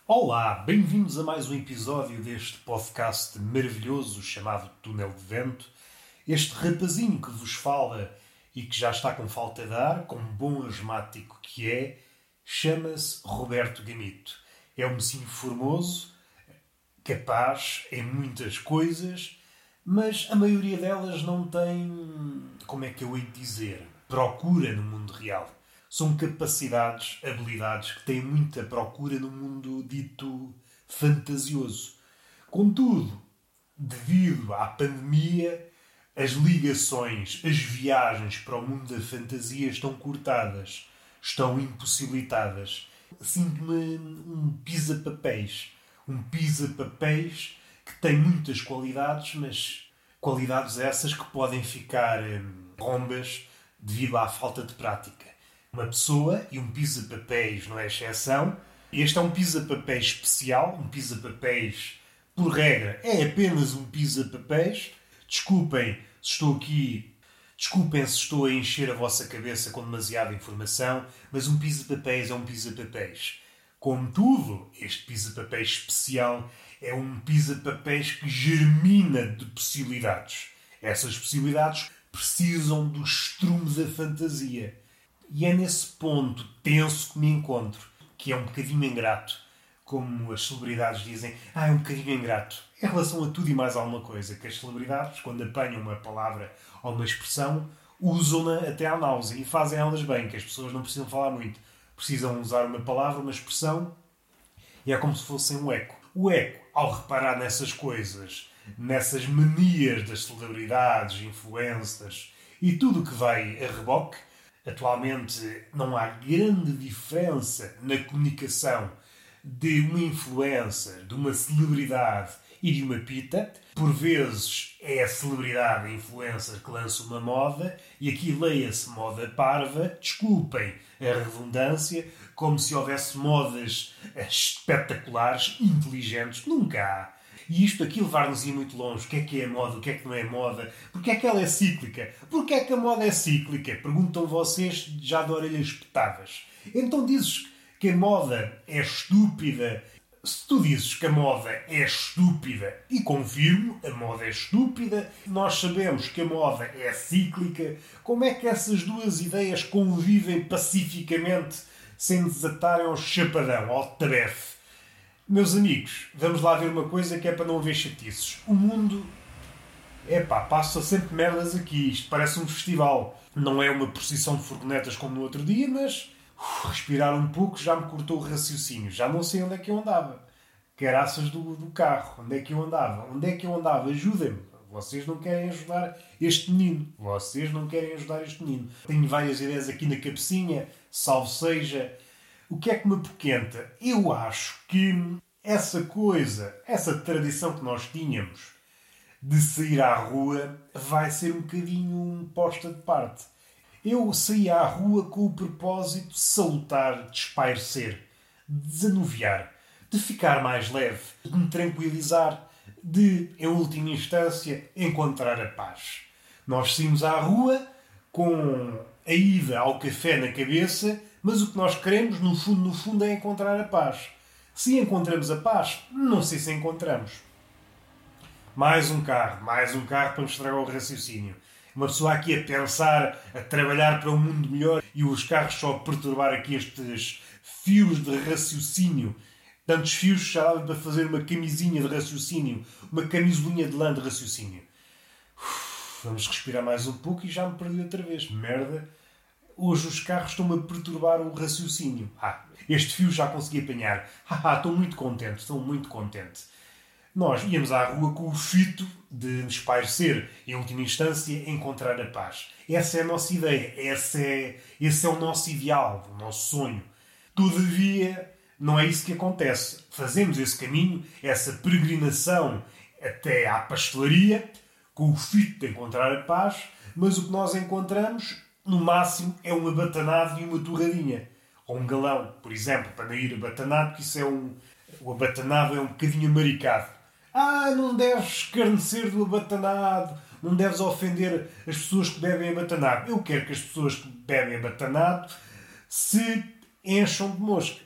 Olá, bem-vindos a mais um episódio deste podcast maravilhoso chamado Túnel de Vento. Este rapazinho que vos fala e que já está com falta de ar, como bom asmático que é, chama-se Roberto Gamito. É um mocinho formoso, capaz em muitas coisas, mas a maioria delas não tem, como é que eu hei de dizer, procura no mundo real. São capacidades, habilidades que têm muita procura no mundo dito fantasioso. Contudo, devido à pandemia, as ligações, as viagens para o mundo da fantasia estão cortadas, estão impossibilitadas. Sinto-me um pisa-papéis. Um pisa-papéis que tem muitas qualidades, mas qualidades essas que podem ficar rombas devido à falta de prática. Uma pessoa, e um pisa-papéis não é exceção, este é um pisa-papéis especial, um pisa-papéis, por regra, é apenas um pisa-papéis. Desculpem se estou a encher a vossa cabeça com demasiada informação, mas um pisa-papéis é um pisa-papéis. Contudo, este pisa-papéis especial é um pisa-papéis que germina de possibilidades. Essas possibilidades precisam do estrume da fantasia. E é nesse ponto tenso que me encontro, que é um bocadinho ingrato. Como as celebridades dizem, é um bocadinho ingrato. Em relação a tudo e mais alguma coisa, que as celebridades, quando apanham uma palavra ou uma expressão, usam-na até à náusea e fazem elas bem, que as pessoas não precisam falar muito. Precisam usar uma palavra, uma expressão, e é como se fossem um eco. O eco, ao reparar nessas coisas, nessas manias das celebridades, influencers e tudo o que vai a reboque, atualmente não há grande diferença na comunicação de uma influencer, de uma celebridade e de uma pita. Por vezes é a celebridade, a influencer que lança uma moda e aqui leia-se moda parva, desculpem a redundância, como se houvesse modas espetaculares, inteligentes. Nunca há. E isto aqui levar-nos muito longe. O que é moda? O que é que não é moda? Porquê é que ela é cíclica? Porquê é que a moda é cíclica? Perguntam vocês já de orelhas espetadas. Então dizes que a moda é estúpida. Se tu dizes que a moda é estúpida, e confirmo, a moda é estúpida, nós sabemos que a moda é cíclica, como é que essas duas ideias convivem pacificamente sem desatarem ao chapadão, ao tarefe? Meus amigos, vamos lá ver uma coisa que é para não haver chatices. O mundo, passa sempre merdas aqui. Isto parece um festival. Não é uma procissão de furgonetas como no outro dia, mas respirar um pouco já me cortou o raciocínio. Já não sei onde é que eu andava. Caraças do carro. Onde é que eu andava? Onde é que eu andava? Ajudem-me. Vocês não querem ajudar este menino. Tenho várias ideias aqui na cabecinha. Salve seja. O que é que me apoquenta? Eu acho que essa coisa, essa tradição que nós tínhamos de sair à rua vai ser um bocadinho posta de parte. Eu saí à rua com o propósito de salutar, de espairecer, de desanuviar, de ficar mais leve, de me tranquilizar, de, em última instância, encontrar a paz. Nós saímos à rua com a ida ao café na cabeça, mas o que nós queremos, no fundo, é encontrar a paz. Se encontramos a paz, não sei se encontramos. Mais um carro para me estragar o raciocínio. Uma pessoa aqui a pensar, a trabalhar para um mundo melhor e os carros só a perturbar aqui estes fios de raciocínio. Tantos fios já dava para fazer uma camisinha de raciocínio, uma camisolinha de lã de raciocínio. Vamos respirar mais um pouco e já me perdi outra vez. Merda. Hoje os carros estão-me a perturbar o raciocínio. Este fio já consegui apanhar. Estou muito contente. Nós íamos à rua com o fito de nos espairecer, em última instância, encontrar a paz. Essa é a nossa ideia. Esse é o nosso ideal, o nosso sonho. Todavia, não é isso que acontece. Fazemos esse caminho, essa peregrinação até à pastelaria, com o fito de encontrar a paz, mas o que nós encontramos, no máximo, é um abatanado e uma torradinha. Ou um galão, por exemplo, para não ir abatanado, que isso é o abatanado é um bocadinho amaricado. Não deves escarnecer do abatanado, não deves ofender as pessoas que bebem abatanado. Eu quero que as pessoas que bebem abatanado se encham de moscas.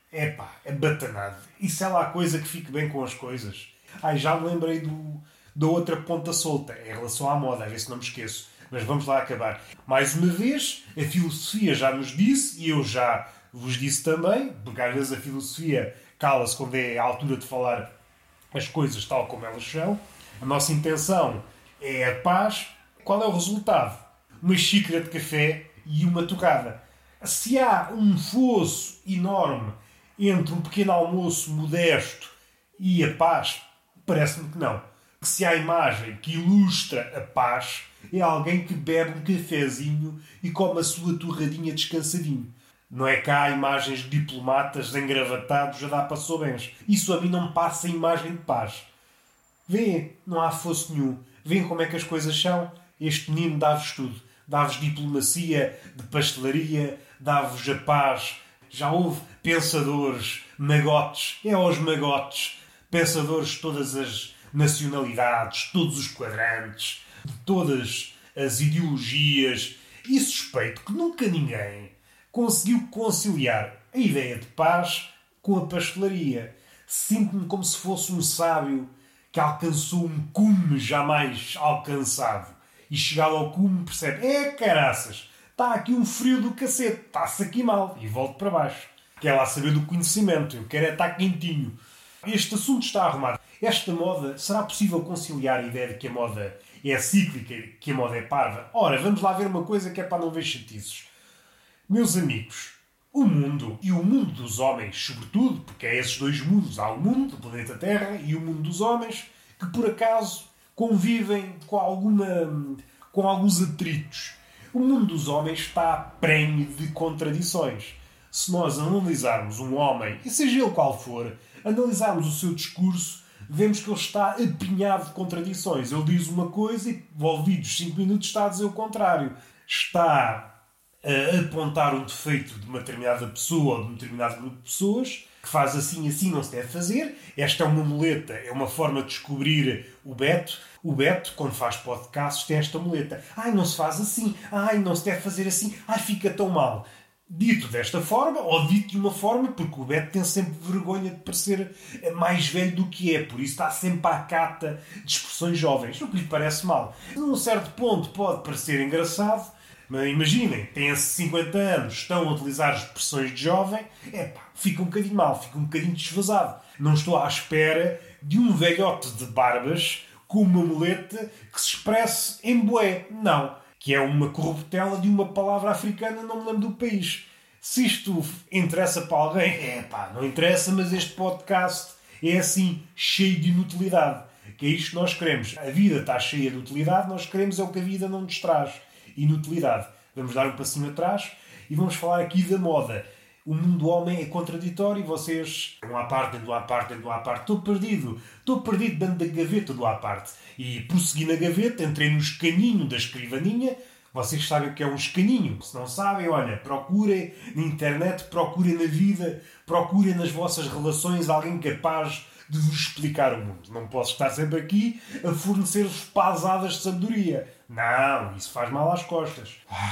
Epá, é batanado. Isso é lá a coisa que fique bem com as coisas. Ai, já me lembrei da outra ponta solta, em relação à moda, a ver se não me esqueço. Mas vamos lá acabar. Mais uma vez, a filosofia já nos disse, e eu já vos disse também, porque às vezes a filosofia cala-se quando é a altura de falar as coisas tal como elas são. A nossa intenção é a paz. Qual é o resultado? Uma xícara de café e uma torrada. Se há um fosso enorme entre um pequeno almoço modesto e a paz, parece-me que não. Se há imagem que ilustra a paz, é alguém que bebe um cafezinho e come a sua torradinha descansadinho. Não é que há imagens de diplomatas engravatados a dar passobens. Isso a mim não me passa a imagem de paz. Vêem, não há fosso nenhum. Vêem como é que as coisas são? Este menino dá-vos tudo. Dá-vos diplomacia, de pastelaria, dá-vos a paz. Já houve pensadores, magotes, aos magotes, pensadores de todas as nacionalidades, todos os quadrantes, de todas as ideologias, e suspeito que nunca ninguém conseguiu conciliar a ideia de paz com a pastelaria. Sinto-me como se fosse um sábio que alcançou um cume jamais alcançado. E chegado ao cume percebe: caraças, está aqui um frio do cacete, está-se aqui mal. E volto para baixo. Quer lá saber do conhecimento, eu quero é estar quentinho. Este assunto está arrumado. Esta moda, será possível conciliar a ideia de que a moda é cíclica e que a moda é parva? Ora, vamos lá ver uma coisa que é para não ver chatices. Meus amigos, o mundo, e o mundo dos homens, sobretudo, porque é esses dois mundos, há o mundo do planeta Terra e o mundo dos homens, que por acaso convivem com alguns atritos. O mundo dos homens está prenhe de contradições. Se nós analisarmos um homem, e seja ele qual for, analisarmos o seu discurso, vemos que ele está apinhado de contradições. Ele diz uma coisa e, envolvidos 5 minutos, está a dizer o contrário. Está a apontar um defeito de uma determinada pessoa ou de um determinado grupo de pessoas, que faz assim, assim não se deve fazer. Esta é uma muleta, é uma forma de descobrir o Beto. O Beto, quando faz podcasts, tem esta muleta. Ai, não se faz assim. Ai, não se deve fazer assim. Ai, fica tão mal. Dito desta forma, ou dito de uma forma, porque o Beto tem sempre vergonha de parecer mais velho do que é, por isso está sempre à cata de expressões jovens, o que lhe parece mal. Num certo ponto pode parecer engraçado, mas imaginem, têm 50 anos, estão a utilizar as expressões de jovem, fica um bocadinho mal, fica um bocadinho desfasado. Não estou à espera de um velhote de barbas com uma muleta que se expresse em bué. Não. Que é uma corruptela de uma palavra africana, não me lembro do país. Se isto interessa para alguém, não interessa, mas este podcast é assim, cheio de inutilidade. Que é isto que nós queremos. A vida está cheia de utilidade, nós queremos é o que a vida não nos traz. Inutilidade. Vamos dar um passinho atrás e vamos falar aqui da moda. O mundo do homem é contraditório e vocês... Um à parte, dentro do à parte, dentro do à parte. Estou perdido dentro da gaveta do à parte. E prossegui na gaveta, entrei no escaninho da escrivaninha. Vocês sabem o que é um escaninho? Se não sabem, olha, procurem na internet, procurem na vida, procurem nas vossas relações alguém capaz de vos explicar o mundo. Não posso estar sempre aqui a fornecer-vos pasadas de sabedoria. Não, isso faz mal às costas.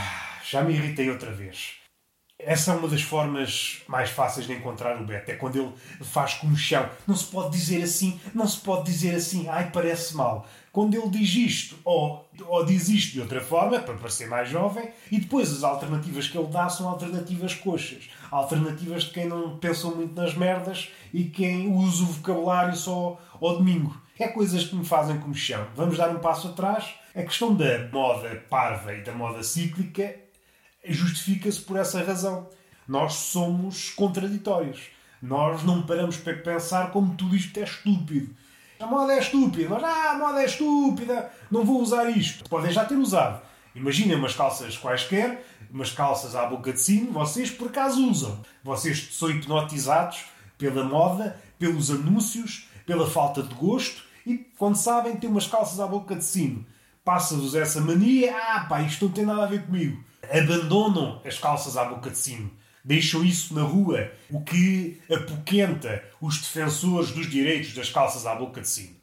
Já me irritei outra vez. Essa é uma das formas mais fáceis de encontrar o Beto. É quando ele faz comichão. Não se pode dizer assim, não se pode dizer assim. Ai, parece mal. Quando ele diz isto, ou diz isto de outra forma, para parecer mais jovem, e depois as alternativas que ele dá são alternativas coxas. Alternativas de quem não pensa muito nas merdas e quem usa o vocabulário só ao domingo. É coisas que me fazem comichão. Vamos dar um passo atrás. A questão da moda parva e da moda cíclica justifica-se por essa razão. Nós somos contraditórios. Nós não paramos para pensar como tudo isto é estúpido. A moda é estúpida. Mas, a moda é estúpida. Não vou usar isto. Podem já ter usado. Imaginem umas calças quaisquer, umas calças à boca de sino, vocês por acaso usam. Vocês são hipnotizados pela moda, pelos anúncios, pela falta de gosto e, quando sabem, têm umas calças à boca de sino. Passa-vos essa mania, isto não tem nada a ver comigo. Abandonam as calças à boca de sino. Deixam isso na rua, o que apoquenta os defensores dos direitos das calças à boca de sino.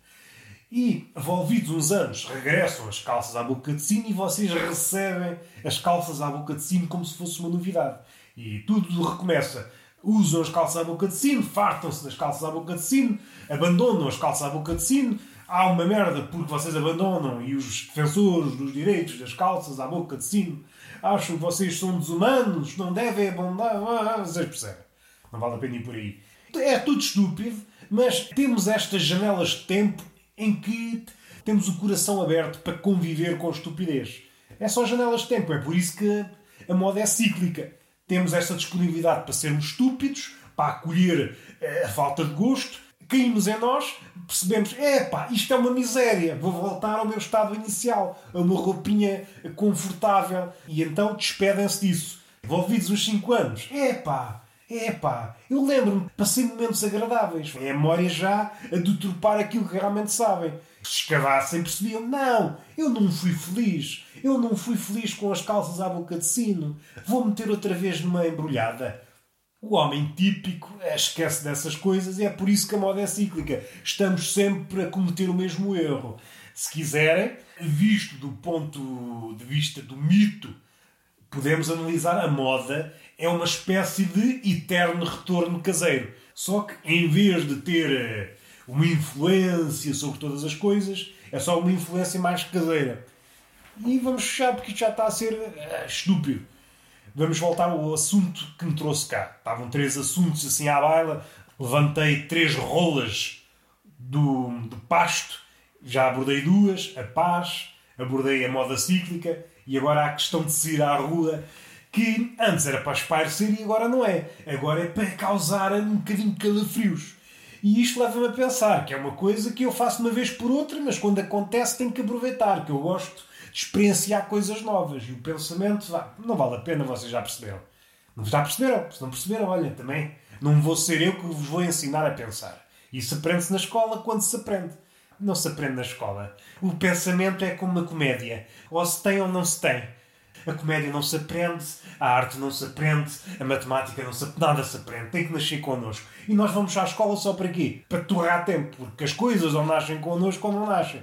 E, envolvidos uns anos, regressam as calças à boca de sino e vocês recebem as calças à boca de sino como se fosse uma novidade. E tudo recomeça. usam as calças à boca de sino, fartam-se das calças à boca de sino, abandonam as calças à boca de sino. Há uma merda porque vocês abandonam e os defensores dos direitos das calças à boca de sino acham que vocês são desumanos, não devem abandonar. Vocês percebem? Não vale a pena ir por aí. É tudo estúpido, mas temos estas janelas de tempo em que temos o coração aberto para conviver com a estupidez. É só janelas de tempo. É por isso que a moda é cíclica. Temos esta disponibilidade para sermos estúpidos, para acolher a falta de gosto. Caímos em nós, percebemos, isto é uma miséria, vou voltar ao meu estado inicial, a uma roupinha confortável. E então despedem-se disso. Envolvidos uns 5 anos. Eu lembro-me, passei momentos agradáveis. É a memória já a deturpar aquilo que realmente sabem. Se escavassem, percebiam, não, eu não fui feliz. Eu não fui feliz com as calças à boca de sino. Vou meter outra vez numa embrulhada. O homem típico esquece dessas coisas e é por isso que a moda é cíclica. Estamos sempre a cometer o mesmo erro. Se quiserem, visto do ponto de vista do mito, podemos analisar a moda é uma espécie de eterno retorno caseiro. Só que em vez de ter uma influência sobre todas as coisas, é só uma influência mais caseira. E vamos fechar porque isto já está a ser estúpido. Vamos voltar ao assunto que me trouxe cá. Estavam 3 assuntos assim à baila. Levantei 3 rolas do pasto. Já abordei 2. A paz. Abordei a moda cíclica. E agora há a questão de sair à rua. Que antes era para espairecer e agora não é. Agora é para causar um bocadinho de calafrios. E isto leva-me a pensar que é uma coisa que eu faço uma vez por outra, mas quando acontece tenho que aproveitar. Que eu gosto de experienciar coisas novas. E o pensamento, não vale a pena, vocês já perceberam. Não já perceberam? Se não perceberam, olha, também não vou ser eu que vos vou ensinar a pensar. Isso aprende-se na escola quando se aprende. Não se aprende na escola. O pensamento é como uma comédia. Ou se tem ou não se tem. A comédia não se aprende, a arte não se aprende, a matemática não se aprende, nada se aprende. Tem que nascer connosco. E nós vamos à escola só para quê? Para torrar tempo. Porque as coisas ou nascem connosco ou não nascem.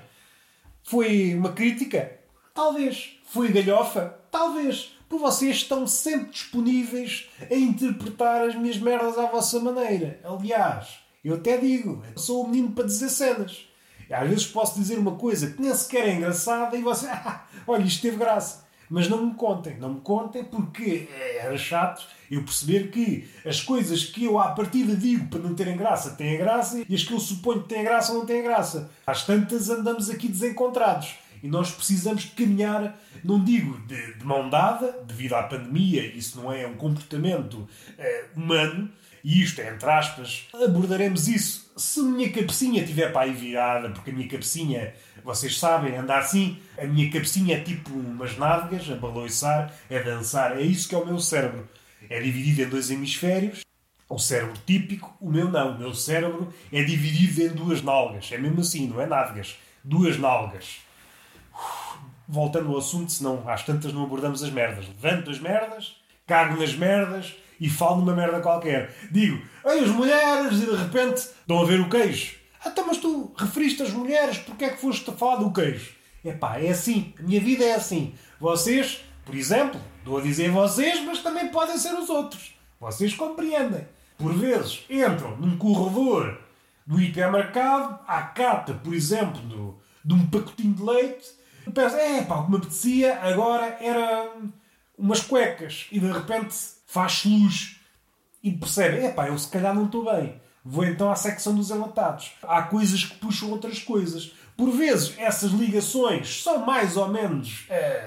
Foi uma crítica? Talvez. Foi galhofa? Talvez. Porque vocês estão sempre disponíveis a interpretar as minhas merdas à vossa maneira. Aliás, eu até digo, eu sou o menino para dizer cenas. Às vezes posso dizer uma coisa que nem sequer é engraçada e você, olha, isto teve graça. Mas não me contem porque era chato eu perceber que as coisas que eu à partida digo para não terem graça têm graça e as que eu suponho que têm graça não têm graça. Às tantas andamos aqui desencontrados e nós precisamos de caminhar, não digo de mão dada, devido à pandemia, isso não é um comportamento humano, e isto é entre aspas, abordaremos isso. Se a minha cabecinha estiver para aí virada, porque a minha cabecinha, vocês sabem, anda assim, a minha cabecinha é tipo umas nádegas, a baloiçar, é dançar, é isso que é o meu cérebro. É dividido em 2 hemisférios, o cérebro típico, o meu não. O meu cérebro é dividido em 2 nalgas, é mesmo assim, não é nádegas, 2 nalgas. Voltando ao assunto, senão às tantas não abordamos as merdas. Levanto as merdas, cago nas merdas e falo numa merda qualquer. Digo, ei, as mulheres, e de repente estão a ver o queijo. Então, mas tu referiste as mulheres, porque é que foste a falar do queijo? É assim, a minha vida é assim. Vocês, por exemplo, estou a dizer vocês, mas também podem ser os outros. Vocês compreendem. Por vezes entram num corredor do hipermercado, à cata, por exemplo, de um pacotinho de leite, e pensam, o que me apetecia agora era umas cuecas. E de repente faz luz e percebe, eu se calhar não estou bem. Vou então à secção dos enlatados. Há coisas que puxam outras coisas. Por vezes essas ligações são mais ou menos,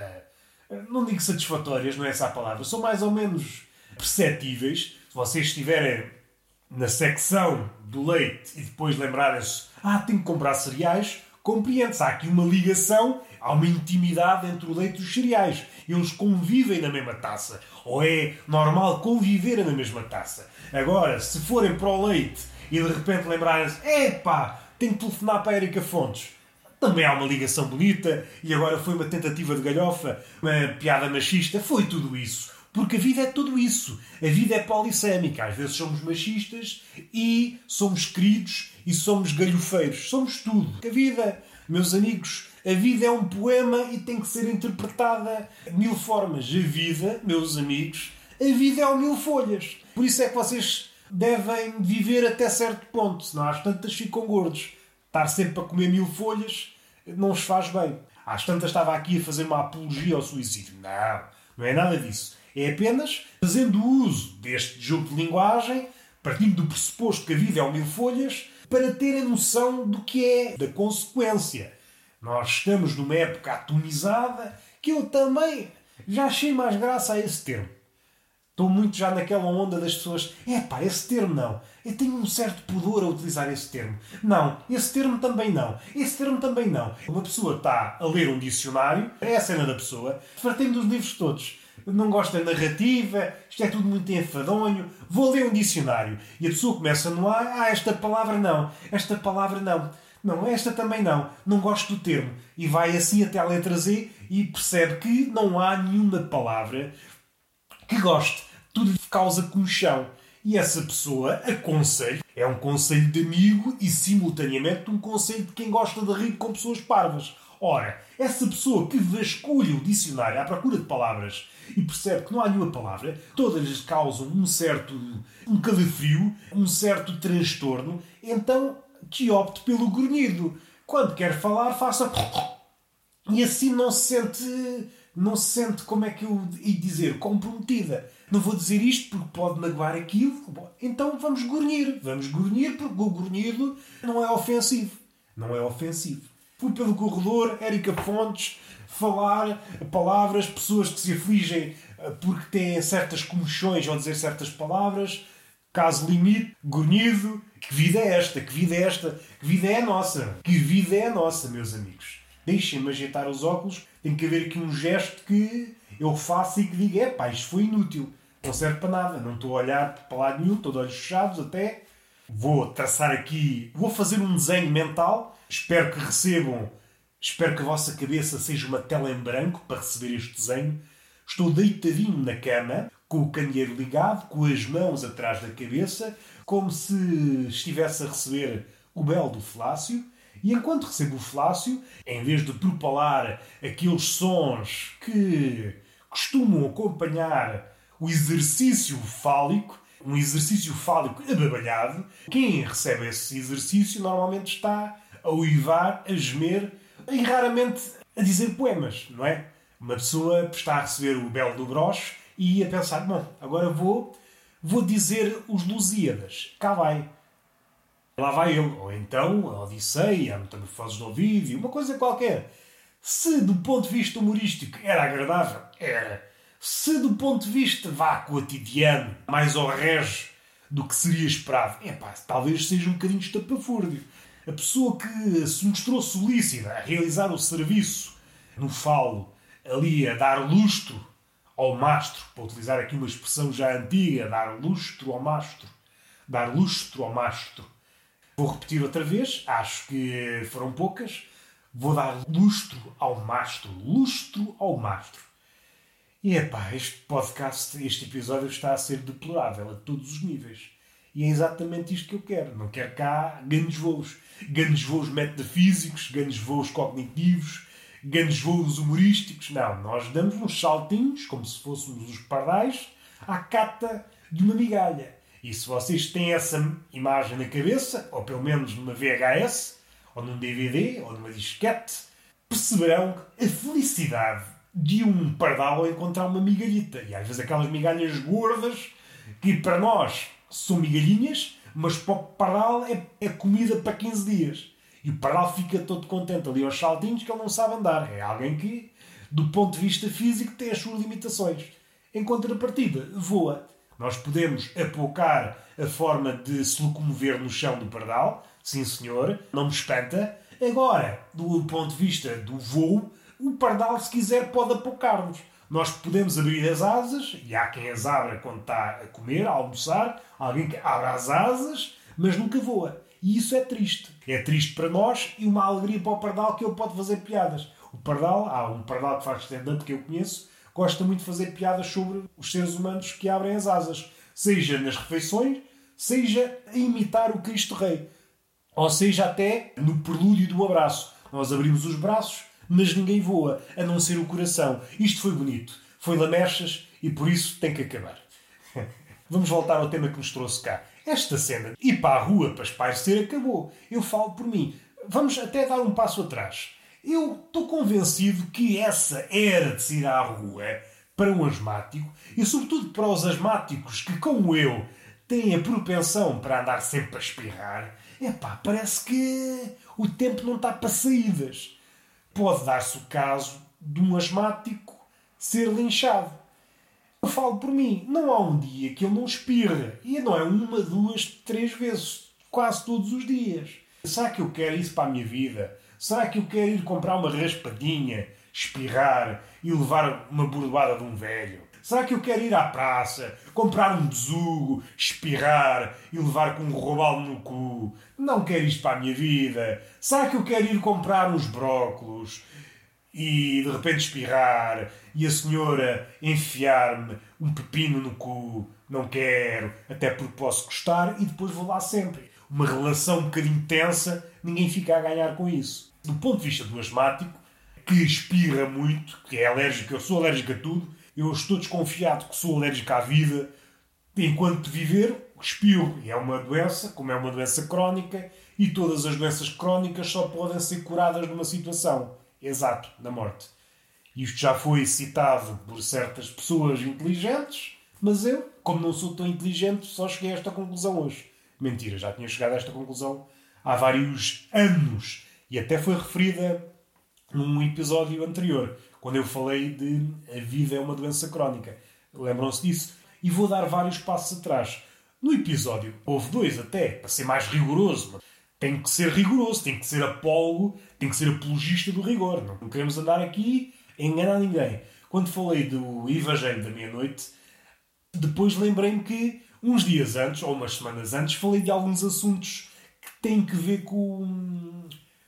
não digo satisfatórias, não é essa a palavra, são mais ou menos perceptíveis. Se vocês estiverem na secção do leite e depois lembrarem-se, tenho que comprar cereais, compreende-se, há aqui uma ligação, há uma intimidade entre o leite e os cereais. Eles convivem na mesma taça. Ou é normal conviverem na mesma taça. Agora, se forem para o leite e de repente lembrarem-se, tenho que telefonar para a Érica Fontes. Também há uma ligação bonita e agora foi uma tentativa de galhofa, uma piada machista. Foi tudo isso. Porque a vida é tudo isso. A vida é polissémica. Às vezes somos machistas e somos queridos e somos galhofeiros. Somos tudo. A vida, meus amigos, a vida é um poema e tem que ser interpretada de 1000 formas. A vida, meus amigos, A vida é ao mil folhas. Por isso é que vocês devem viver até certo ponto. Senão às tantas ficam gordos. Estar sempre a comer mil folhas não os faz bem. Às tantas estava aqui a fazer uma apologia ao suicídio. Não, não é nada disso. É apenas fazendo uso deste jogo de linguagem, partindo do pressuposto que a vida é ao mil folhas, para terem noção do que é da consequência. Nós estamos numa época atomizada que eu também já achei mais graça a esse termo. Estou muito já naquela onda das pessoas. Esse termo não. Eu tenho um certo pudor a utilizar esse termo. Não, esse termo também não. Esse termo também não. Uma pessoa está a ler um dicionário, é a cena da pessoa, fartei-me dos livros todos. Não gosto da narrativa, isto é tudo muito enfadonho. Vou ler um dicionário. E a pessoa começa no ar, esta palavra não, esta palavra não. Não, esta também não. Não gosto do termo. E vai assim até à letra Z e percebe que não há nenhuma palavra que goste. Tudo causa comichão. E essa pessoa aconselho. É um conselho de amigo e simultaneamente um conselho de quem gosta de rir com pessoas parvas. Ora, essa pessoa que vasculha o dicionário à procura de palavras e percebe que não há nenhuma palavra, todas lhes causam um calafrio, um certo transtorno, então que opte pelo grunhido. Quando quer falar, faça... E assim não se sente, como é que eu ia dizer, comprometida. Não vou dizer isto porque pode magoar aquilo. Então vamos grunhir. Vamos grunhir porque o grunhido não é ofensivo. Não é ofensivo. Fui pelo corredor, Érica Fontes, falar palavras, pessoas que se afligem porque têm certas comichões ao dizer certas palavras. Caso limite, grunhido. Que vida é esta? Que vida é esta? Que vida é a nossa? Que vida é a nossa, meus amigos? Deixem-me ajeitar os óculos. Tem que haver aqui um gesto que eu faço e que diga, isto foi inútil. Não serve para nada. Não estou a olhar para lado nenhum. Estou de olhos fechados até. Vou traçar aqui... Vou fazer um desenho mental. Espero que a vossa cabeça seja uma tela em branco para receber este desenho. Estou deitadinho na cama, com o candeeiro ligado, com as mãos atrás da cabeça, como se estivesse a receber o belo do Flácio. E enquanto recebo o Flácio, em vez de propalar aqueles sons que costumam acompanhar o exercício fálico, um exercício fálico ababalhado, quem recebe esse exercício normalmente está a uivar, a gemer e raramente a dizer poemas, não é? Uma pessoa está a receber o belo do broche e a pensar, agora vou dizer os Lusíadas. Cá vai. Lá vai ele. Ou então a Odisseia, a Metamorfose do Ovídio, uma coisa qualquer. Se do ponto de vista humorístico era agradável, era. Se do ponto de vista cotidiano, mais ao rege do que seria esperado, talvez seja um bocadinho estapafúrdio. A pessoa que se mostrou solícita a realizar o serviço no falo, ali a dar lustro ao mastro, para utilizar aqui uma expressão já antiga, dar lustro ao mastro. Dar lustro ao mastro. Vou repetir outra vez, acho que foram poucas. Vou dar lustro ao mastro. Lustro ao mastro. E este podcast, este episódio está a ser deplorável a todos os níveis. E é exatamente isto que eu quero. Não quero cá grandes voos. Grandes voos metafísicos, grandes voos cognitivos, grandes voos humorísticos. Não, nós damos uns saltinhos, como se fôssemos os pardais, à cata de uma migalha. E se vocês têm essa imagem na cabeça, ou pelo menos numa VHS, ou num DVD, ou numa disquete, perceberão a felicidade de um pardal ao encontrar uma migalhita. E às vezes aquelas migalhas gordas, que para nós são migalhinhas, mas para o pardal é comida para 15 dias. E o pardal fica todo contente ali aos saltinhos que ele não sabe andar. É alguém que, do ponto de vista físico, tem as suas limitações. Em contrapartida, voa. Nós podemos apocar a forma de se locomover no chão do pardal. Sim, senhor. Não me espanta. Agora, do ponto de vista do voo, o pardal, se quiser, pode apocar-nos. Nós podemos abrir as asas, e há quem as abra quando está a comer, a almoçar, alguém que abre as asas, mas nunca voa. E isso é triste. É triste para nós e uma alegria para o pardal, que ele pode fazer piadas. O pardal, há um pardal que faz stand-up que eu conheço, gosta muito de fazer piadas sobre os seres humanos que abrem as asas. Seja nas refeições, seja a imitar o Cristo Rei. Ou seja, até no prelúdio do abraço. Nós abrimos os braços, mas ninguém voa, a não ser o coração. Isto foi bonito. Foi lamechas e por isso tem que acabar. Vamos voltar ao tema que nos trouxe cá. Esta cena de ir para a rua para espairecer acabou. Eu falo por mim. Vamos até dar um passo atrás. Eu estou convencido que essa era de se ir à rua para um asmático, e sobretudo para os asmáticos que, como eu, têm a propensão para andar sempre a espirrar, parece que o tempo não está para saídas. Pode dar-se o caso de um asmático ser linchado. Eu falo por mim, não há um dia que ele não espirre. E não é uma, duas, três vezes. Quase todos os dias. Será que eu quero isso para a minha vida? Será que eu quero ir comprar uma raspadinha, espirrar e levar uma bordoada de um velho? Será que eu quero ir à praça, comprar um besugo, espirrar e levar com um robalo no cu? Não quero isto para a minha vida. Será que eu quero ir comprar uns brócolos e de repente espirrar e a senhora enfiar-me um pepino no cu? Não quero, até porque posso gostar e depois vou lá sempre. Uma relação um bocadinho tensa, ninguém fica a ganhar com isso. Do ponto de vista do asmático, que espirra muito, que é alérgico, eu sou alérgico a tudo, eu estou desconfiado que sou alérgico à vida, enquanto viver, espirro. E é uma doença, como é uma doença crónica, e todas as doenças crónicas só podem ser curadas numa situação. Exato, na morte. Isto já foi citado por certas pessoas inteligentes, mas eu, como não sou tão inteligente, só cheguei a esta conclusão hoje. Mentira, já tinha chegado a esta conclusão há vários anos. E até foi referida num episódio anterior, quando eu falei de a vida é uma doença crónica. Lembram-se disso? E vou dar vários passos atrás. No episódio, houve 2 até, para ser mais rigoroso. Tem que ser rigoroso, tem que ser apólogo, tem que ser apologista do rigor. Não queremos andar aqui a enganar ninguém. Quando falei do Evangelho da Meia-Noite, depois lembrei-me que uns dias antes, ou umas semanas antes, falei de alguns assuntos que têm que ver com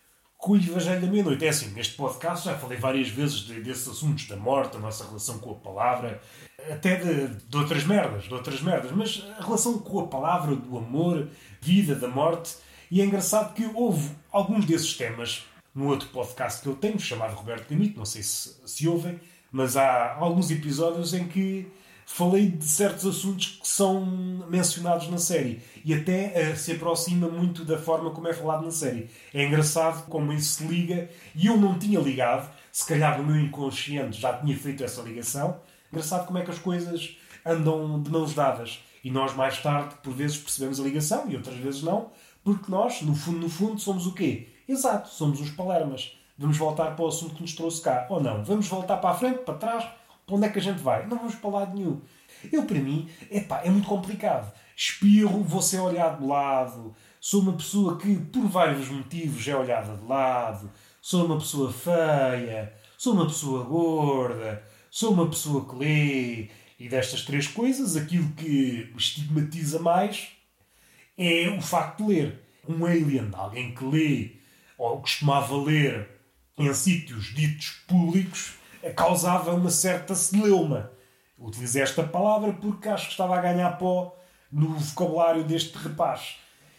o Evangelho da Meia-Noite. É assim, neste podcast já falei várias vezes desses assuntos da morte, da nossa relação com a palavra, até de outras merdas, mas a relação com a palavra, do amor, vida, da morte. E é engraçado que houve alguns desses temas no outro podcast que eu tenho, chamado Roberto Gamito, não sei se ouvem, mas há alguns episódios em que falei de certos assuntos que são mencionados na série e até se aproxima muito da forma como é falado na série. É engraçado como isso se liga e eu não tinha ligado, se calhar no meu inconsciente já tinha feito essa ligação. Engraçado como é que as coisas andam de mãos dadas e nós mais tarde por vezes percebemos a ligação e outras vezes não, porque nós, no fundo, somos o quê? Exato, somos os palermas. Vamos voltar para o assunto que nos trouxe cá, ou não? Vamos voltar para a frente, para trás? Para onde é que a gente vai? Não vamos para lado nenhum. Eu, para mim, é muito complicado. Espirro, vou ser olhado de lado. Sou uma pessoa que, por vários motivos, é olhada de lado. Sou uma pessoa feia. Sou uma pessoa gorda. Sou uma pessoa que lê. E destas 3 coisas, aquilo que me estigmatiza mais é o facto de ler. Um alien, alguém que lê, ou costumava ler em sítios ditos públicos, causava uma certa celeuma. Utilizei esta palavra porque acho que estava a ganhar pó no vocabulário deste rapaz.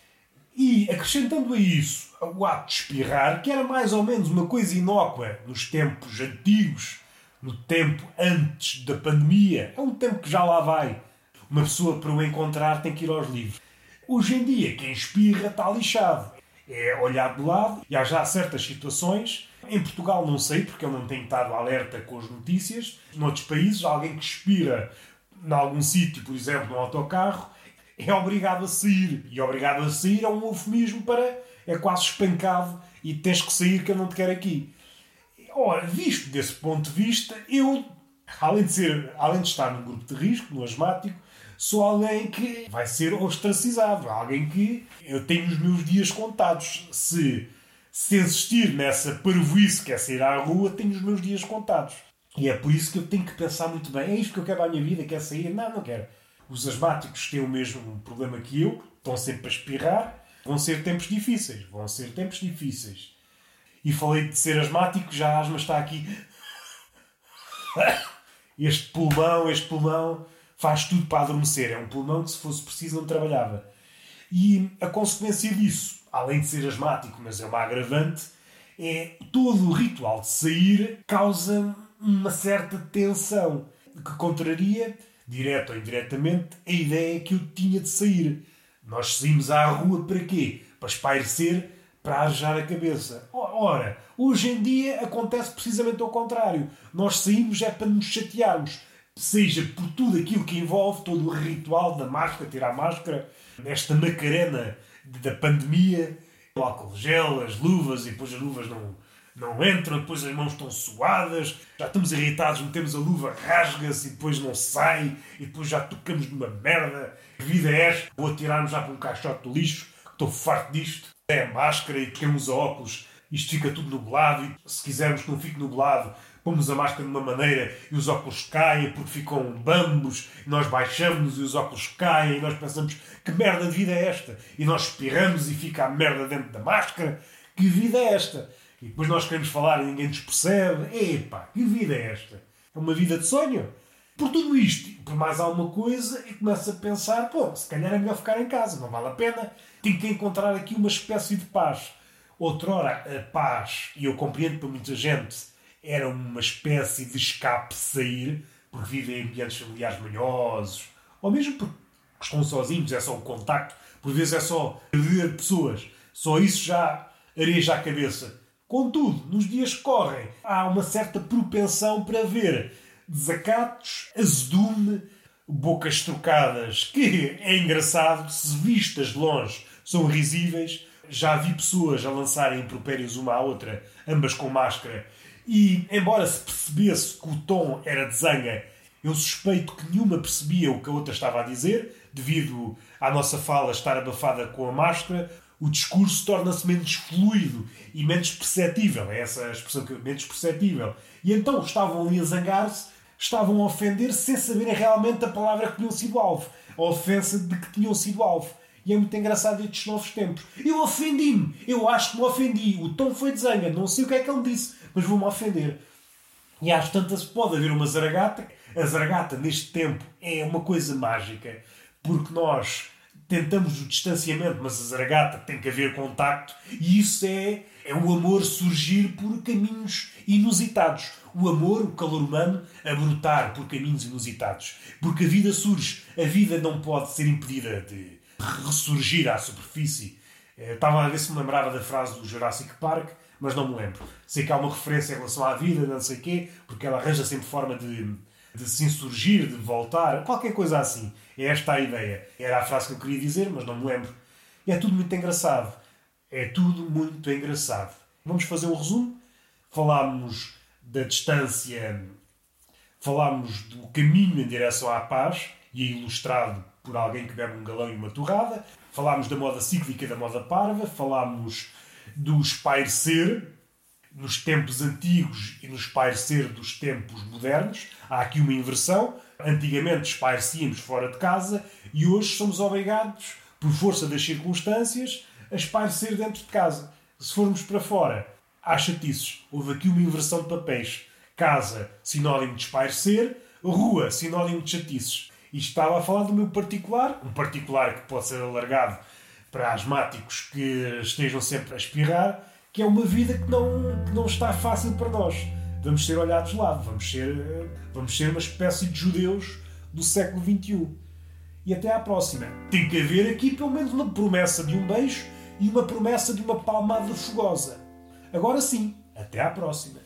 E acrescentando a isso o ato de espirrar, que era mais ou menos uma coisa inócua nos tempos antigos, no tempo antes da pandemia, é um tempo que já lá vai. Uma pessoa, para o encontrar, tem que ir aos livros. Hoje em dia, quem espirra está lixado. É olhado de lado e há já certas situações. Em Portugal não sei, porque eu não tenho estado alerta com as notícias. Noutros países, alguém que expira em algum sítio, por exemplo, no autocarro, é obrigado a sair. E obrigado a sair é um eufemismo para é quase espancado e tens que sair que eu não te quero aqui. Ora, visto desse ponto de vista, eu, além de estar no grupo de risco, no asmático, sou alguém que vai ser ostracizado. Alguém que eu tenho os meus dias contados. Se insistir nessa parvoíce que é sair à rua, tenho os meus dias contados. E é por isso que eu tenho que pensar muito bem. É isto que eu quero à minha vida? Quero sair? Não quero. Os asmáticos têm o mesmo problema que eu. Estão sempre a espirrar. Vão ser tempos difíceis. E falei de ser asmático, já a asma está aqui. Este pulmão faz tudo para adormecer. É um pulmão que, se fosse preciso, não trabalhava. E a consequência disso, além de ser asmático, mas é uma agravante, é todo o ritual de sair causa uma certa tensão que contraria direto ou indiretamente, a ideia que eu tinha de sair. Nós saímos à rua para quê? Para espairecer, para arejar a cabeça. Ora, hoje em dia acontece precisamente ao contrário. Nós saímos é para nos chatearmos. Seja por tudo aquilo que envolve todo o ritual da máscara, tirar a máscara, nesta macarena da pandemia, o álcool gel, as luvas, e depois as luvas não entram, depois as mãos estão suadas, já estamos irritados, metemos a luva, rasga-se e depois não sai, e depois já tocamos numa merda. Que vida é esta? Vou atirar-nos já para um caixote de lixo, estou farto disto. É a máscara e quem usa óculos, isto fica tudo nublado, e se quisermos que não fique nublado, pomos a máscara de uma maneira e os óculos caem porque ficam bambos, e nós baixamos e os óculos caem, e nós pensamos, que merda de vida é esta? E nós espirramos e fica a merda dentro da máscara. Que vida é esta? E depois nós queremos falar e ninguém nos percebe. Epá, que vida é esta? É uma vida de sonho? Por tudo isto, por mais alguma coisa, e começo a pensar, se calhar é melhor ficar em casa, não vale a pena. Tenho que encontrar aqui uma espécie de paz. Outrora, a paz, e eu compreendo para muita gente, era uma espécie de escape sair, porque vivem em ambientes familiares manhosos, ou mesmo porque estão sozinhos, é só o contacto, por vezes é só ver pessoas. Só isso já areja a cabeça. Contudo, nos dias que correm, há uma certa propensão para ver desacatos, azedume, bocas trocadas, que é engraçado, se vistas de longe são risíveis. Já vi pessoas a lançarem impropérios uma à outra, ambas com máscara, e, embora se percebesse que o tom era de zanga, eu suspeito que nenhuma percebia o que a outra estava a dizer, devido à nossa fala estar abafada com a máscara. O discurso torna-se menos fluido e menos perceptível. É essa a expressão que menos perceptível. E então estavam ali a zangar-se, estavam a ofender-se sem saberem realmente a palavra que tinham sido alvo. A ofensa de que tinham sido alvo. E é muito engraçado estes novos tempos. Eu ofendi-me. Eu acho que me ofendi. O tom foi de zanga. Não sei o que é que ele disse, mas vou-me ofender. E às tantas pode haver uma zaragata. A zaragata, neste tempo, é uma coisa mágica. Porque nós tentamos o distanciamento, mas a zaragata tem que haver contacto. E isso é o amor surgir por caminhos inusitados. O amor, o calor humano, a brotar por caminhos inusitados. Porque a vida surge. A vida não pode ser impedida de ressurgir à superfície. Estava a ver se me lembrava da frase do Jurassic Park, mas não me lembro. Sei que há uma referência em relação à vida, não sei o quê, porque ela arranja sempre forma de se insurgir, de voltar, qualquer coisa assim. É esta a ideia. Era a frase que eu queria dizer, mas não me lembro. E é tudo muito engraçado. É tudo muito engraçado. Vamos fazer um resumo. Falámos da distância, falámos do caminho em direção à paz, e é ilustrado por alguém que bebe um galão e uma torrada. Falámos da moda cíclica e da moda parva. Falámos do espairecer nos tempos antigos e no espairecer dos tempos modernos. Há aqui uma inversão. Antigamente espairecíamos fora de casa e hoje somos obrigados, por força das circunstâncias, a espairecer dentro de casa. Se formos para fora, há chatices. Houve aqui uma inversão de papéis. Casa, sinónimo de espairecer. Rua, sinónimo de chatices. E estava a falar do meu particular, um particular que pode ser alargado para asmáticos que estejam sempre a espirrar, que é uma vida que não está fácil para nós. Vamos ser olhados de lado, vamos ser uma espécie de judeus do século XXI. E até à próxima. Tem que haver aqui pelo menos uma promessa de um beijo e uma promessa de uma palmada fogosa. Agora sim, até à próxima.